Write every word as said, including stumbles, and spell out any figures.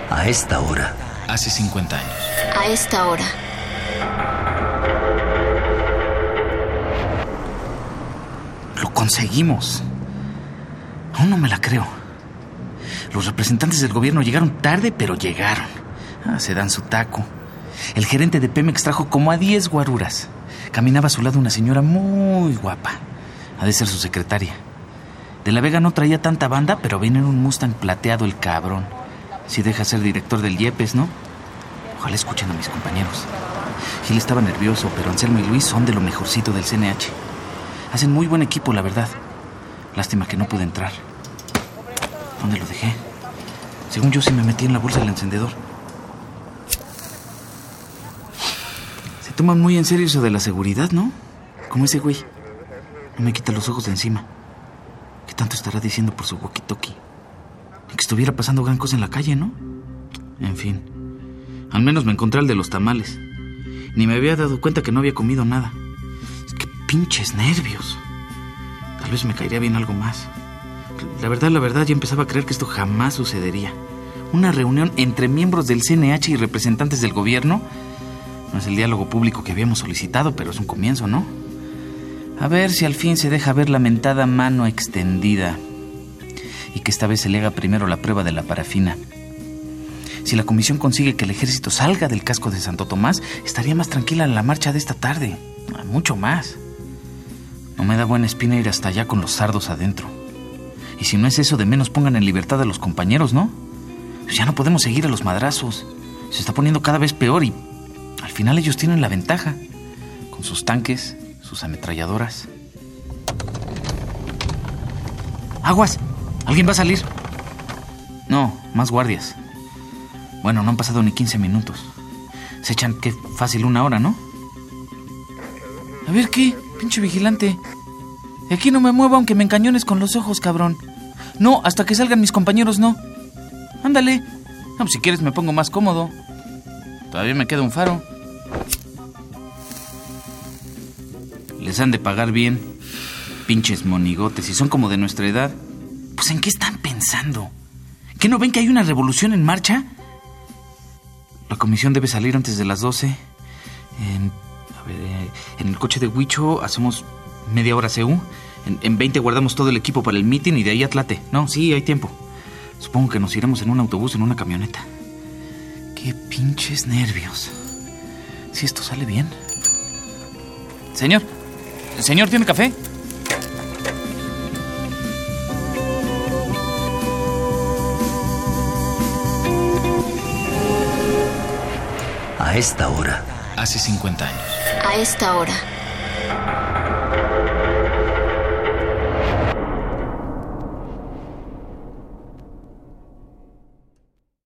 A esta hora. Hace cincuenta años. A esta hora. Lo conseguimos. Aún no me la creo. Los representantes del gobierno llegaron tarde, pero llegaron. Ah, se dan su taco. El gerente de Pemex trajo como a diez guaruras. Caminaba a su lado una señora muy guapa. Ha de ser su secretaria. De la Vega no traía tanta banda, pero viene en un Mustang plateado el cabrón. Si deja ser director del Yepes, ¿no? Ojalá escuchen a mis compañeros. Gil estaba nervioso, pero Anselmo y Luis son de lo mejorcito del C N H. Hacen muy buen equipo, la verdad. Lástima que no pude entrar. ¿Dónde lo dejé? Según yo, sí me metí en la bolsa del encendedor. Se toman muy en serio eso de la seguridad, ¿no? Como ese güey. No me quita los ojos de encima. ¿Qué tanto estará diciendo por su walkie-talkie? Ni que estuviera pasando gran cosa en la calle, ¿no? En fin. Al menos me encontré al de los tamales. Ni me había dado cuenta que no había comido nada. ¡Qué pinches nervios! Tal vez me caería bien algo más. La verdad, la verdad, ya empezaba a creer que esto jamás sucedería. Una reunión entre miembros del C N H y representantes del gobierno. No es el diálogo público que habíamos solicitado, pero es un comienzo, ¿no? A ver si al fin se deja ver la mentada mano extendida. Y que esta vez se le haga primero la prueba de la parafina. Si la comisión consigue que el ejército salga del casco de Santo Tomás, estaría más tranquila la marcha de esta tarde. Mucho más. No me da buena espina ir hasta allá con los sardos adentro. Y si no es eso, de menos pongan en libertad a los compañeros, ¿no? Pues ya no podemos seguir a los madrazos. Se está poniendo cada vez peor y al final ellos tienen la ventaja. Con sus tanques, sus ametralladoras. ¡Aguas! ¿Alguien va a salir? No, más guardias. Bueno, no han pasado ni quince minutos. Se echan, qué fácil, una hora, ¿no? A ver, ¿qué? Pinche vigilante. De aquí no me muevo aunque me encañones con los ojos, cabrón. No, hasta que salgan mis compañeros, no. Ándale. No, pues si quieres me pongo más cómodo. Todavía me queda un faro. Les han de pagar bien. Pinches monigotes. Si son como de nuestra edad. Pues ¿en qué están pensando? ¿Qué no ven que hay una revolución en marcha? La comisión debe salir antes de las doce. En, a ver, eh, en el coche de Huicho hacemos media hora C U. En, en veinte guardamos todo el equipo para el meeting y de ahí a Tlate. No, sí, hay tiempo. Supongo que nos iremos en un autobús, en una camioneta. Qué pinches nervios. Si esto sale bien. Señor, señor, ¿tiene café? A esta hora. Hace cincuenta años. A esta hora.